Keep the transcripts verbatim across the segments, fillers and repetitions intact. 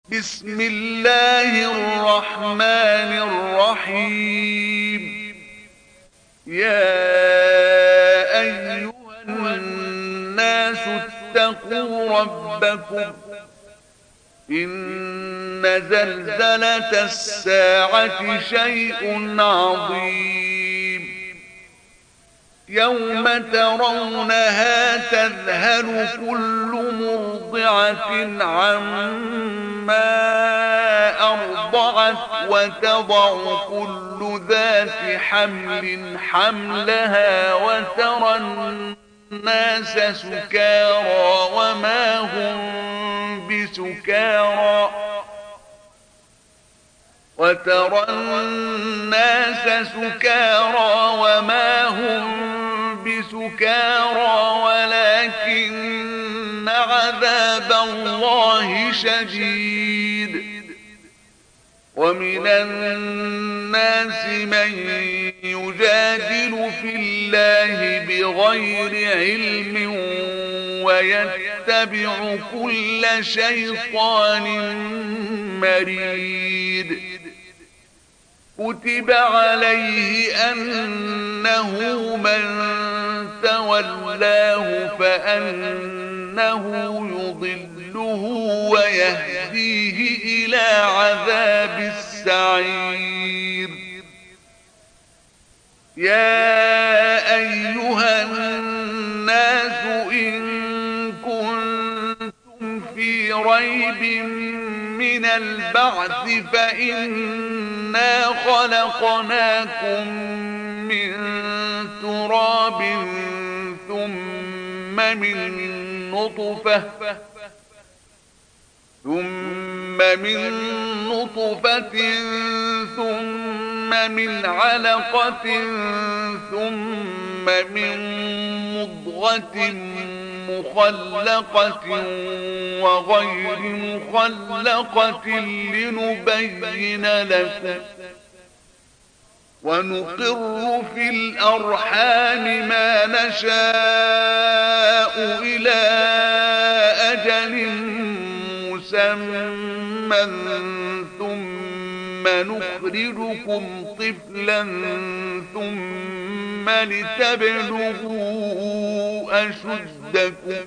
بسم الله الرحمن الرحيم. يا أيها الناس اتقوا ربكم إن زلزلة الساعة شيء عظيم يوم ترونها تذهل كل مرضعة عما أرضعت وتضع كل ذات حمل حملها وترى الناس سكارى وما هم بسكارى وترى الناس سكارى وما هم بسكارى ولكن عذاب الله شديد. ومن الناس من يجادل في الله بغير علم ويتبع كل شيطان مريد. كتب عليه أنه من تولاه فأنه يضله ويهديه إلى عذاب السعير. يا أيها الناس إن كنتم في ريب من البعث فإنا خلقناكم من تراب ثم من نطفة ثم من نطفة ثم من علقة ثم من مضغة مخلقة وغير مخلقة لنبين لكم ونقر في الأرحام ما نشاء إلى أجل مسمى ثم نخرجكم طفلا ثم لتبلغوا أشدكم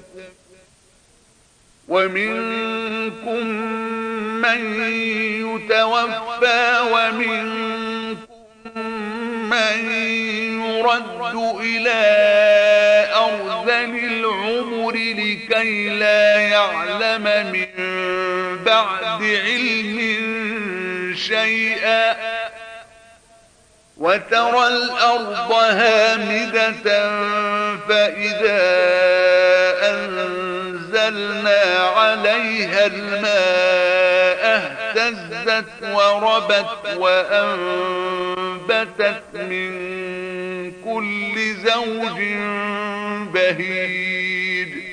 ومنكم من يتوفى ومنكم من يرد إلى أرذل العمر لكي لا يعلم من بعد علم شيئا. وترى الأرض هامدة فإذا أنزلنا عليها الماء اهتزت وربت وأنبتت من كل زوج بهيج.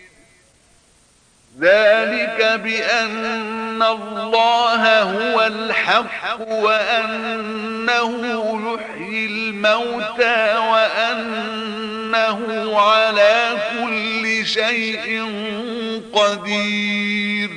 ذلك بأن الله هو الحق وأنه يحيي الموتى وأنه على كل شيء قدير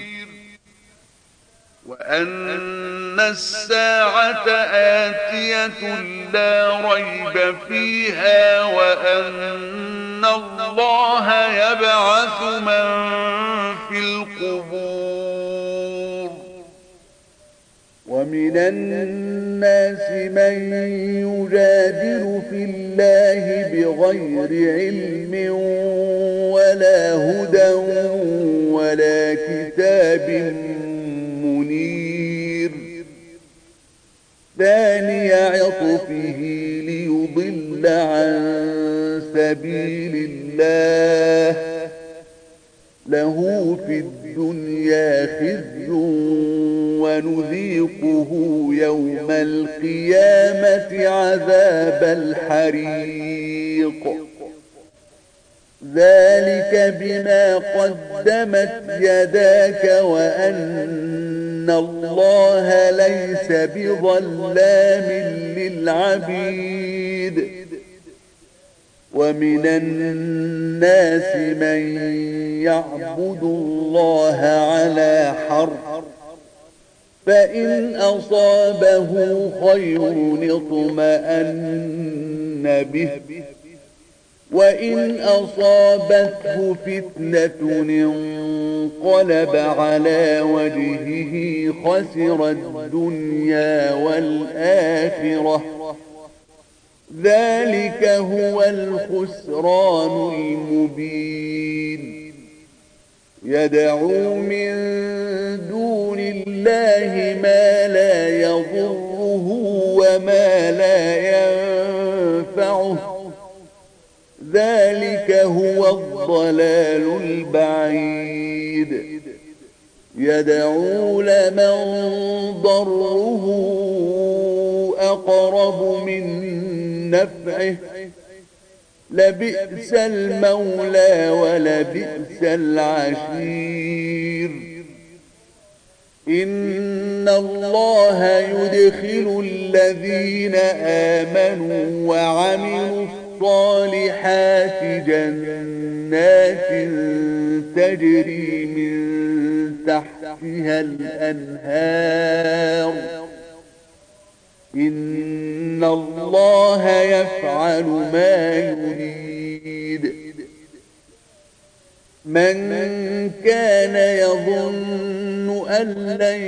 وأن الساعة آتية لا ريب فيها وأن الله يبعث من في القبور. ومن الناس من يجادل في الله بغير علم ولا هدى ولا كتاب منير. ثاني عطفه ليضل عن سبيل الله له في الدنيا خزي ونذيقه يوم القيامة عذاب الحريق. ذلك بما قدمت يداك وأن الله ليس بظلام للعبيد. ومن الناس من يعبد الله على حرف فإن أصابه خير اطمأن به وإن أصابته فتنة انقلب على وجهه خسر الدنيا والآخرة ذلك هو الخسران المبين يدعو من دون الله ما لا يضره وما لا ينفعه ذلك هو الضلال البعيد يدعو لمن ضره أقرب من نفعه لبئس المولى ولبئس العشير إن الله يدخل الذين آمنوا وعملوا الصالحات جنات تجري من تحتها الأنهار إن الله يفعل ما يريد من كان يظن أن لن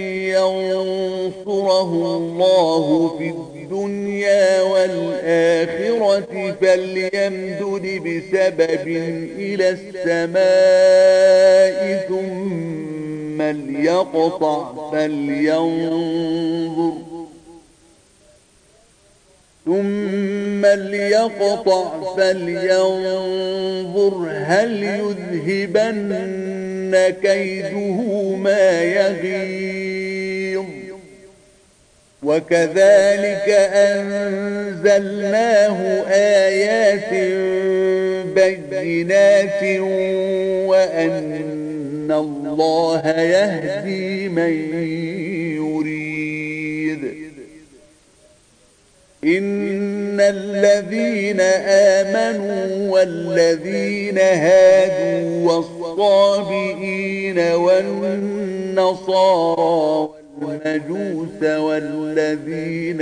ينصره الله في الدنيا والآخرة فليمدد بسبب إلى السماء ثم ليقطع فلينظر ثم ليقطع فلينظر هل يذهبن كيده ما يغيظ وكذلك أنزلناه آيات بينات وأن الله يهدي من يريد إن الذين آمنوا والذين هادوا والصابئين والنصارى والمجوس والذين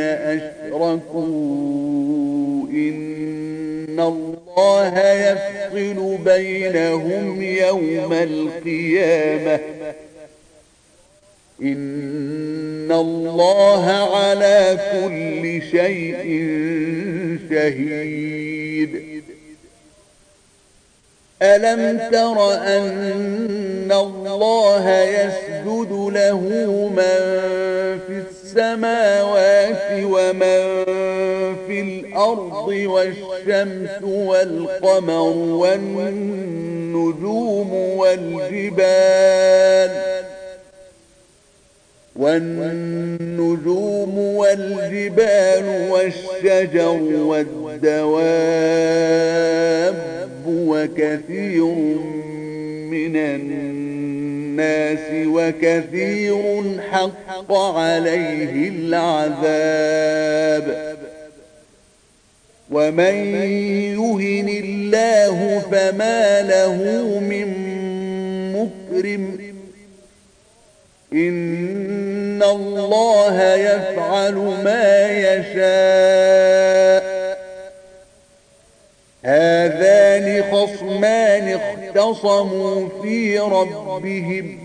أشركوا إن الله يفصل بينهم يوم القيامة إن الله على كل شيء شهيد ألم تر أن الله يسجد له من في السماوات ومن في الأرض والشمس والقمر والنجوم والجبال والنجوم والجبال والشجر والدواب وكثير من الناس وكثير حق عليه العذاب ومن يهن الله فما له من مكرم إن الله يفعل ما يشاء هذان خصمان اختصموا في ربهم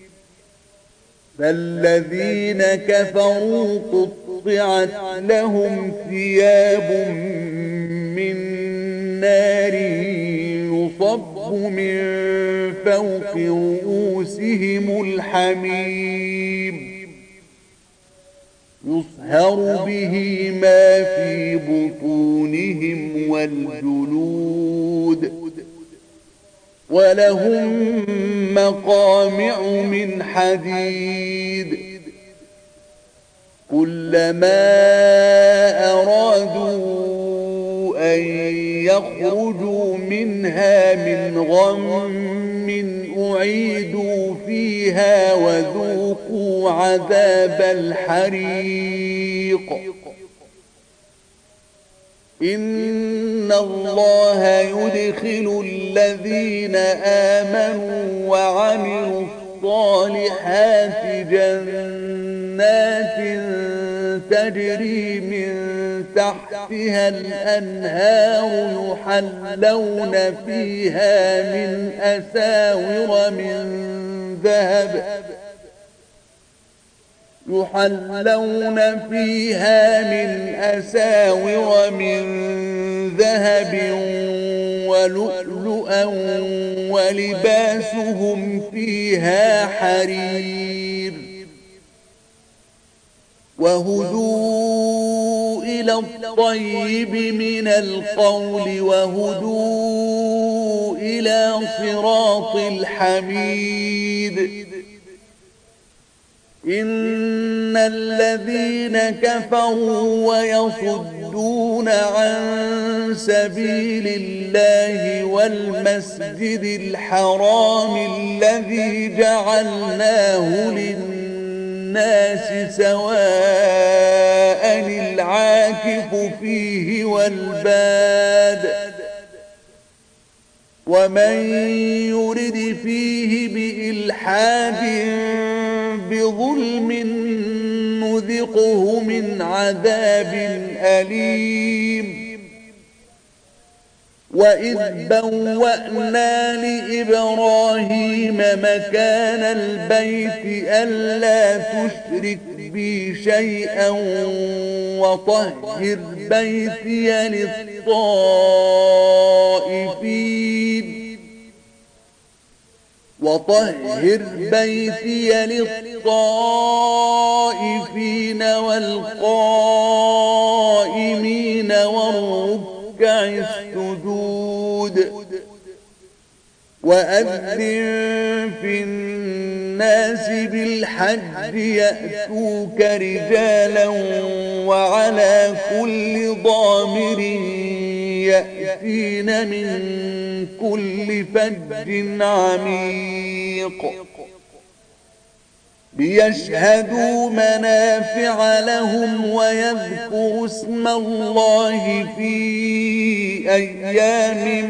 فالذين كفروا قطعت لهم ثياب من نار يصب من فوق رؤوسهم الحميم يصهر به ما في بطونهم والجلود ولهم مقامع من حديد كلما أرادوا أن يخرجوا منها من غم أعيدوا فيها وذوقوا عذاب الحريق إن الله يدخل الذين آمنوا وعملوا الصالحات جنات جنات تجري من تحتها الأنهار يحلون فيها من أساور من ذهب يحلون فيها من أساور من ذهب ولؤلؤا ولباسهم فيها حرير وهدوا إلى الطيب من القول وهدوا إلى صراط الحميد إن الذين كفروا ويصدون عن سبيل الله والمسجد الحرام الذي جعلناه للناس سواء العاكف فيه والباد ومن يرد فيه بإلحاد بظلم نذقه من عذاب أليم وإذ بوأنا لإبراهيم مكان البيت ألا تشرك بي شيئا وطهر بيتي للطائفين وطهر بيتي للطائفين والقائمين والركع السجود وأذن في الناس بالحج يأتوك رجالا وعلى كل ضامر يأتين من كل فج عميق ليشهدوا منافع لهم ويذكروا اسم الله في أيام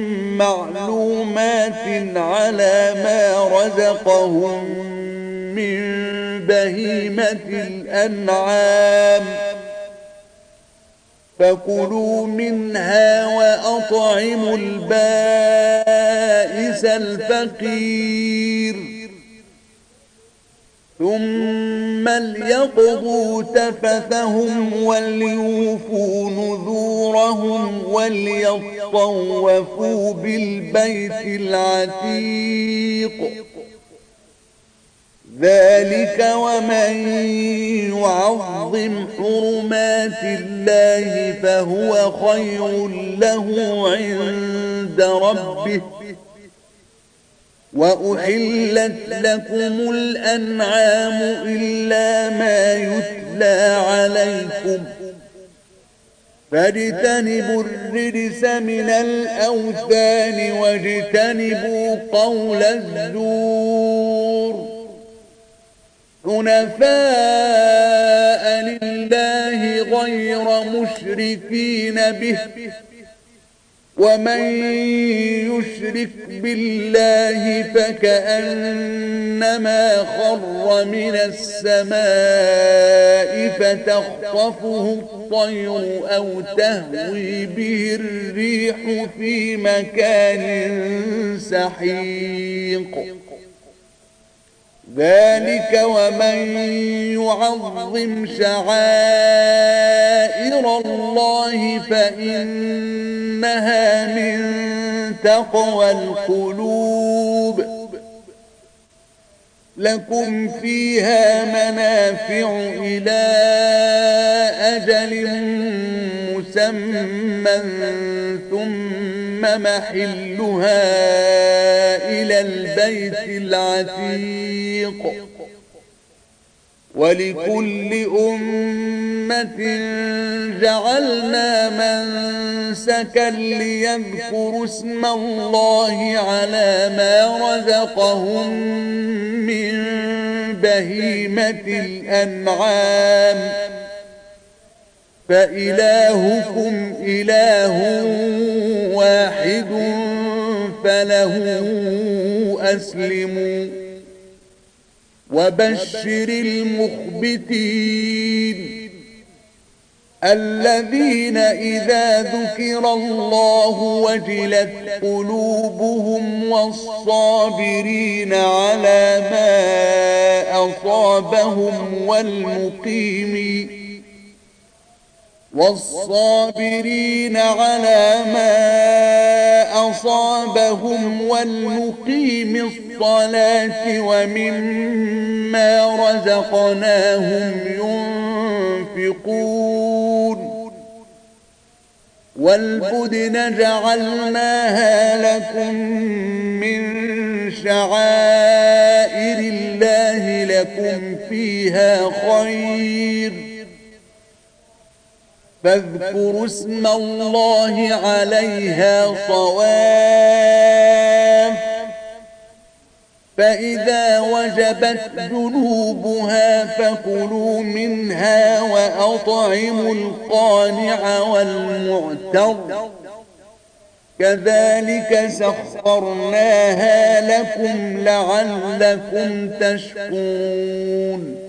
معلومات على ما رزقهم من بهيمة الأنعام فكلوا منها وأطعموا البائس الفقير ثم ليقضوا تفثهم وليوفوا نذورهم وليطوفوا بالبيت العتيق ذلك ومن يعظم حرمات الله فهو خير له عند ربه وأحلت لكم الأنعام إلا ما يتلى عليكم فاجتنبوا الرجس من الأوثان واجتنبوا قول الزور حنفاء لله غير مشركين به ومن يشرك بالله فكأنما خر من السماء فتخطفه الطير أو تهوي به الريح في مكان سحيق ذلك ومن يعظم شعائر الله فإنها من تقوى القلوب لكم فيها منافع إلى أجل مسمى ثم محلها إلى البيت العتيق ولكل أمة جعلنا منسكا ليذكروا اسم الله على ما رزقهم من بهيمة الأنعام فإلهكم إله واحد فله أسلموا وبشر المخبتين الذين إذا ذكر الله وجلت قلوبهم والصابرين على ما أصابهم والمقيم والصابرين على ما أصابهم والمقيم الصلاة ومما رزقناهم ينفقون والبدن جعلناها لكم من شعائر الله لكم فيها خير فاذكروا اسم الله عليها صواف فإذا وجبت جنوبها فكلوا منها وأطعموا القانع والمعتر كذلك سخرناها لكم لعلكم تشكرون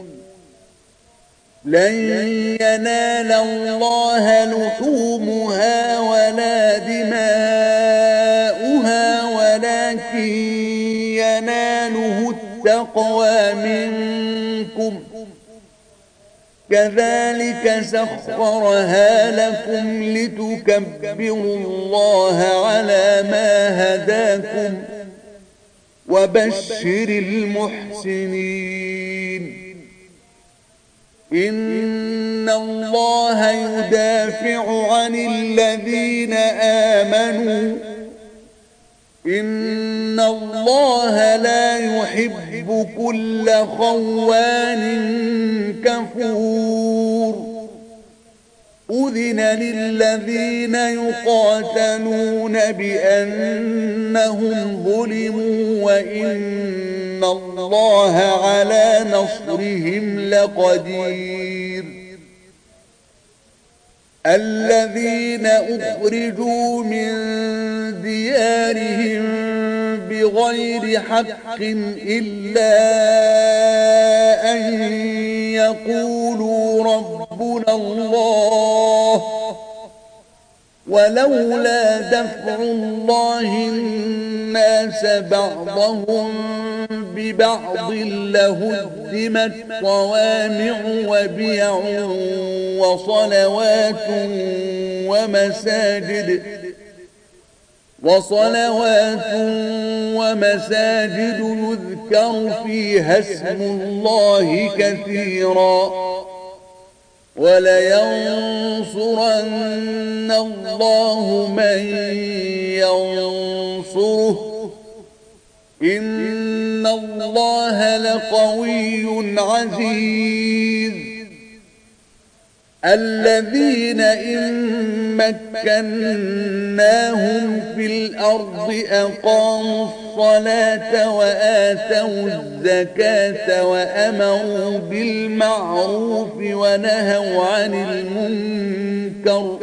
لن ينال الله لحومها ولا دماؤها ولكن يناله التقوى منكم كذلك سخرها لكم لتكبروا الله على ما هداكم وبشر المحسنين إن الله يدافع عن الذين آمنوا إن الله لا يحب كل خوان كفور أذن للذين يقاتلون بأنهم ظلموا وإن الله على نصرهم لقدير الذين أخرجوا من ديارهم بغير حق إلا أن يقولوا ربنا الله ولولا دفع الله الناس بعضهم ببعض لهدمت صوامع وبيع وصلوات ومساجد وصلوات ومساجد يذكر فيها اسم الله كثيرا ولينصرن الله من ينصره إن الله لقوي عزيز الذين إن مكناهم في الأرض أقاموا الصلاة وآتوا الزكاة وأمروا بالمعروف ونهوا عن المنكر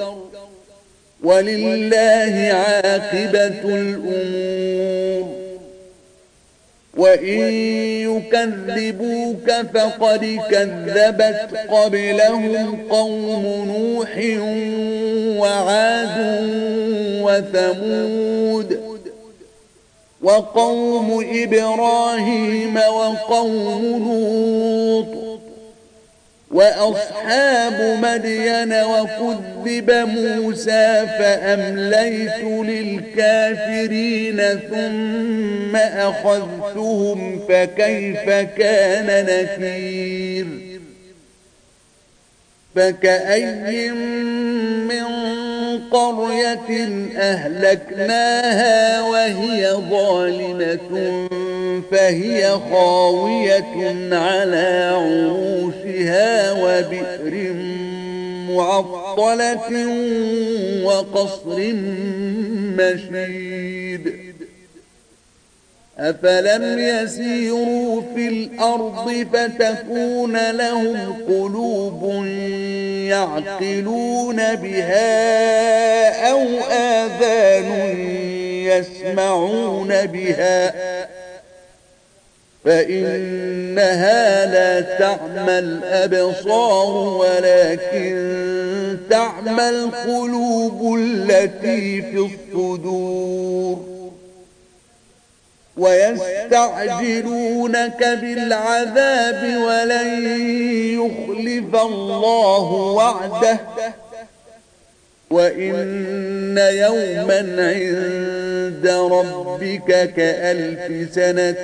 ولله عاقبة الأمور وإن يكذبوك فقد كذبت قبلهم قوم نوح وعاد وثمود وقوم إبراهيم وقوم لوط وأصحاب مدين وكذب موسى فأمليت للكافرين ثم أخذتهم فكيف كان نكير فكأي من قرية أهلكناها وهي ظالمة فهي خاوية على عروشها وبئر معطلة وقصر مشيد أفلم يسيروا في الأرض فتكون لهم قلوب يعقلون بها أو آذان يسمعون بها فإنها لا تعمى الأبصار ولكن تعمى القلوب التي في الصدور. ويستعجلونك بالعذاب ولن يخلف الله وعده وإن يوما عند ربك كألف سنة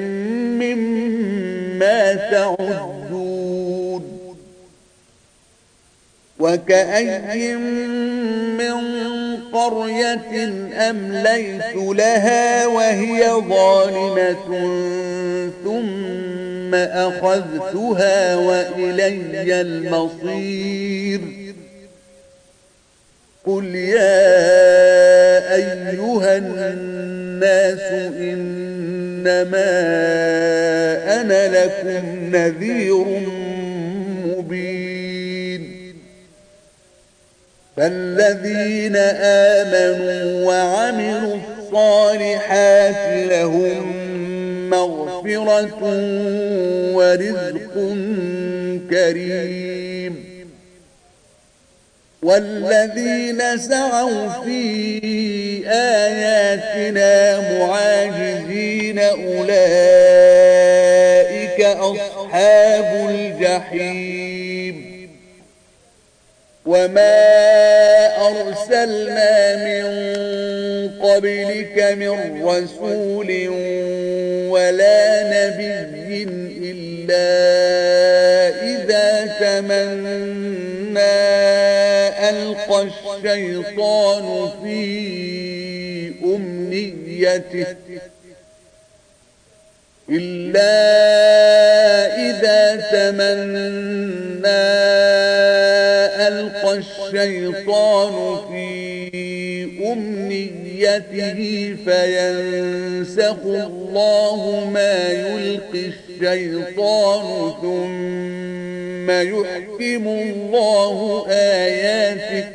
مما تعدون. وكأي من قرية أمليت لها وهي ظالمة ثم أخذتها وإلي المصير. قل يا أيها الناس إنما أنا لكم نذير مبين. فالذين آمنوا وعملوا الصالحات لهم مغفرة ورزق كريم. والذين سعوا في آياتنا معاجزين أولئك أصحاب الجحيم. وما أرسلنا من قبلك من رسول ولا نبي إلا إذا تمنى ألقى الشيطان في أمنيته إلا إذا تمنى ألقى الشيطان في أمنيته فينسخ الله ما يلقي الشيطان ثم يحكم الله آياته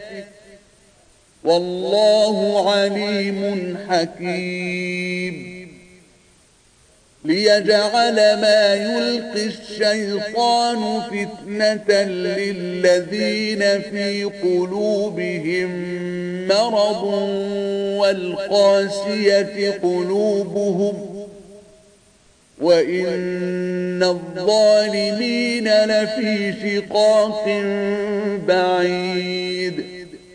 والله عليم حكيم. ليجعل ما يلقي الشيطان فتنة للذين في قلوبهم مرض والقاسية قلوبهم وإن الظالمين لفي شقاق بعيد.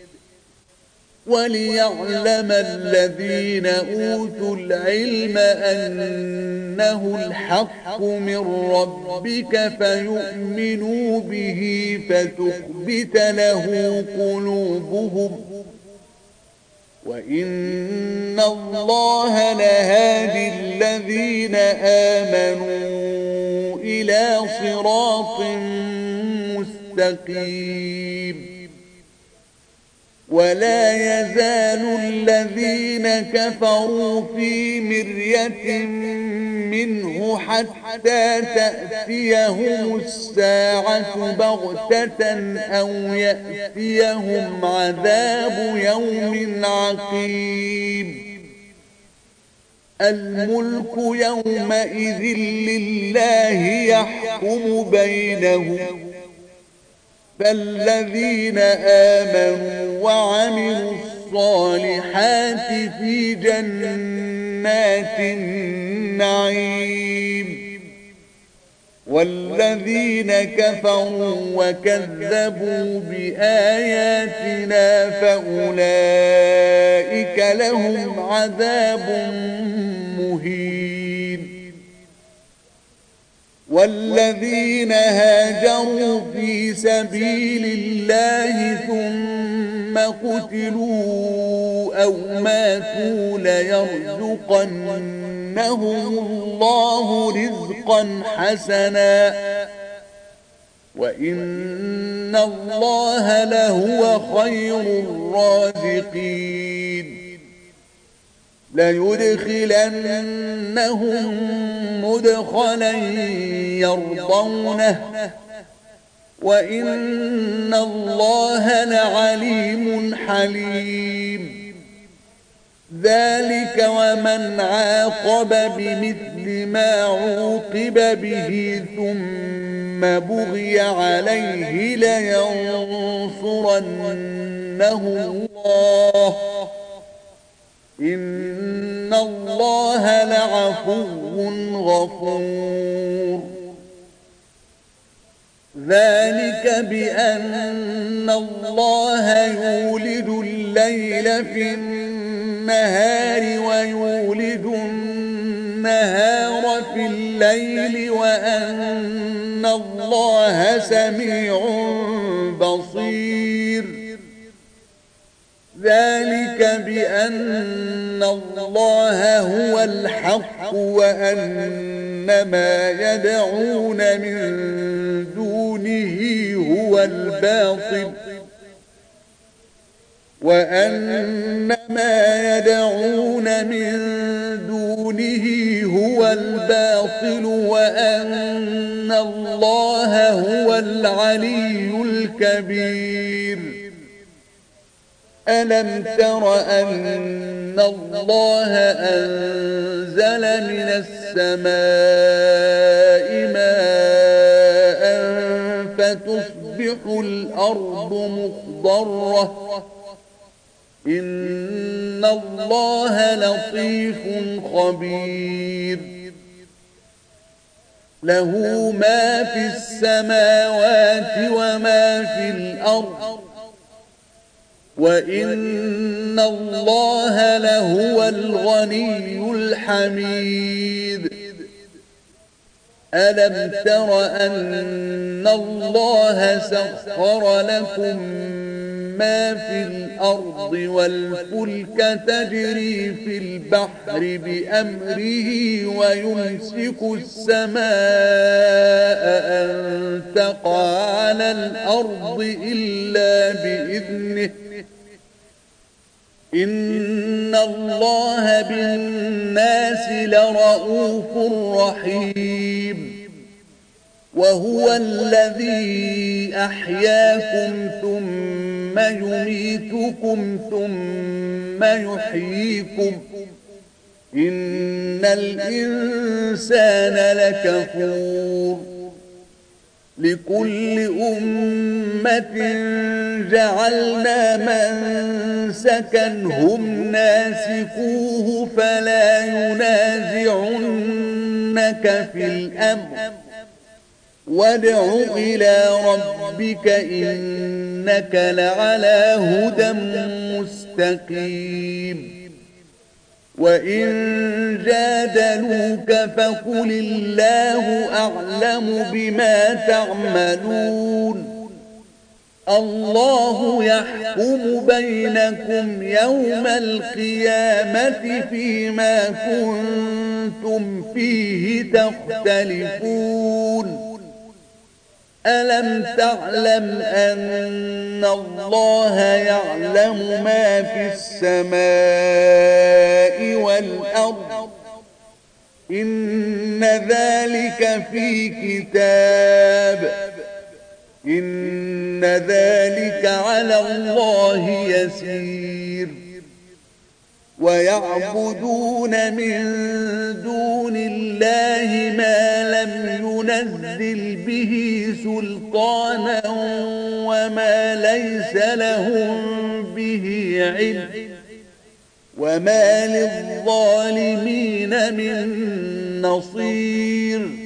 وليعلم الذين أوتوا العلم أنه الحق من ربك فيؤمنوا به فتخبت له قلوبهم وإن الله لهادي الذين آمنوا إلى صراط مستقيم. ولا يزال الذين كفروا في مرية منه حتى تأتيهم الساعة بغتة أو يأتيهم عذاب يوم عقيم. الملك يومئذ لله يحكم بينهم فالذين آمنوا وعملوا الصالحات في جنات النعيم. والذين كفروا وكذبوا بآياتنا فأولئك لهم عذاب مهين. والذين هاجروا في سبيل الله ثم قتلوا أو ماتوا ليرزقنهم الله رزقا حسنا وإن الله لهو خير الرازقين. ليدخلنهم مدخلا يرضونه وإن الله لعليم حليم. ذلك ومن عاقب بمثل ما عوقب به ثم بغي عليه لينصرنه الله إن الله لعفو غفور. ذلك بأن الله يولد الليل في النهار ويولد النهار في الليل وأن الله سميع بصير. ذلك بأن الله هو الحق وأن ما يدعون من دونه هو الباطل وأن ما يدعون من دونه هو الباطل وأن الله هو العلي الكبير. ألم تر أن الله أنزل من السماء ماء فتصبح الأرض مخضرة إن الله لطيف خبير. له ما في السماوات وما في الأرض وإن الله لهو الغني الحميد. ألم تر أن الله سخر لكم ما في الأرض والفلك تجري في البحر بأمره ويمسك السماء أن تقع على الأرض إلا بإذنه إن الله بالناس لرؤوف رحيم. وهو الذي أحياكم ثم يميتكم ثم يحييكم إن الإنسان لكفور. لكل أمة جعلنا منسكا هم ناسكوه فلا ينازعنك في الأمر وادع إلى ربك إنك لعلى هدى مستقيم. وإن جادلوك فقل الله أعلم بما تعملون الله يحكم بينكم يوم القيامة فيما كنتم فيه تختلفون. ألم تعلم أن الله يعلم ما في السماء والأرض إن ذلك في كتاب إن ذلك على الله يسير. ويعبدون من دون الله ما لم ينزل به سلطانا وما ليس لهم به علم وما للظالمين من نصير.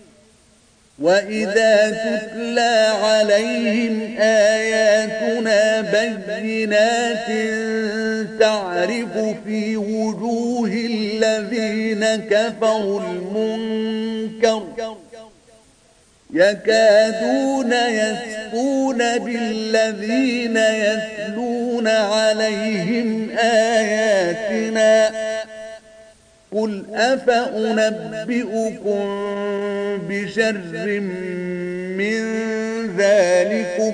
وإذا تتلى عليهم آياتنا بينات تعرف في وجوه الذين كفروا المنكر يكادون يسقون بالذين يتلون عليهم آياتنا قل أفأنبئكم بشر من ذلكم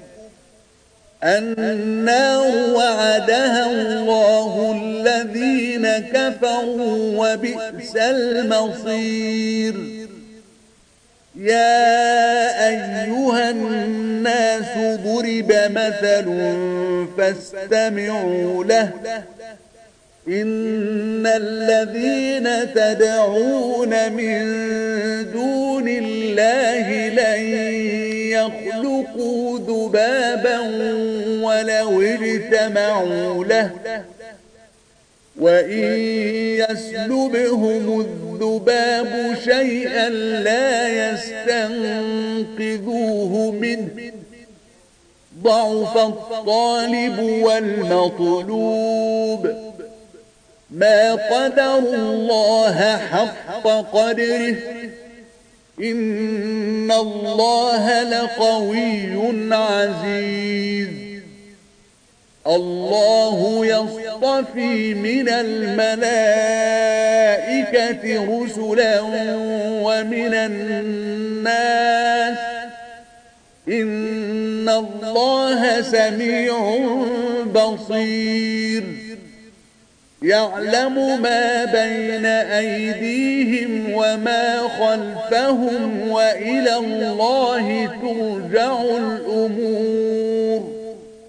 النار وعدها الله الذين كفروا وبئس المصير. يا أيها الناس ضرب مثل فاستمعوا له إن الذين تدعون من دون الله لن يخلقوا ذبابا ولو اجتمعوا له وإن يسلبهم الذباب شيئا لا يستنقذوه منه ضعف الطالب والمطلوب ما قدروا الله حق قدره إن الله لقوي عزيز الله يصطفي من الملائكة رسلا ومن الناس إن الله سميع بصير يعلم ما بين أيديهم وما خلفهم وإلى الله ترجع الأمور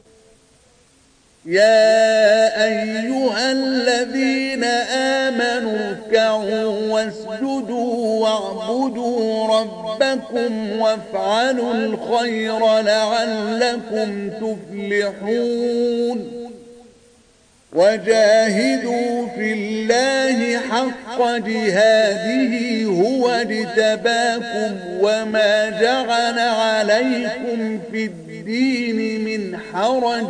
يا أيها الذين آمنوا اركعوا واسجدوا واعبدوا ربكم وافعلوا الخير لعلكم تفلحون وجاهدوا في الله حق جهاده هو اجتباكم وما جعل عليكم في الدين من حرج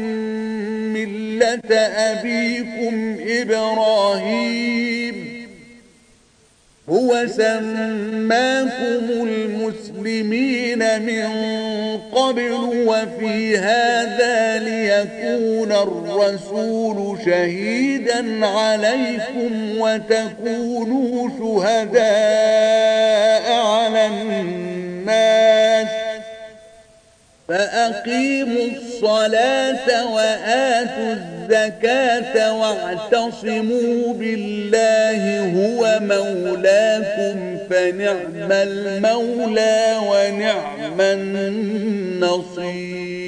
ملة أبيكم إبراهيم هو سماكم المسلمين من قبل وفي هذا ليكون الرسول شهيدا عليكم وتكونوا شهداء على الناس فأقيموا الصلاة وآتوا الزكاة واعتصموا بالله هو مولاكم فنعم المولى ونعم النصير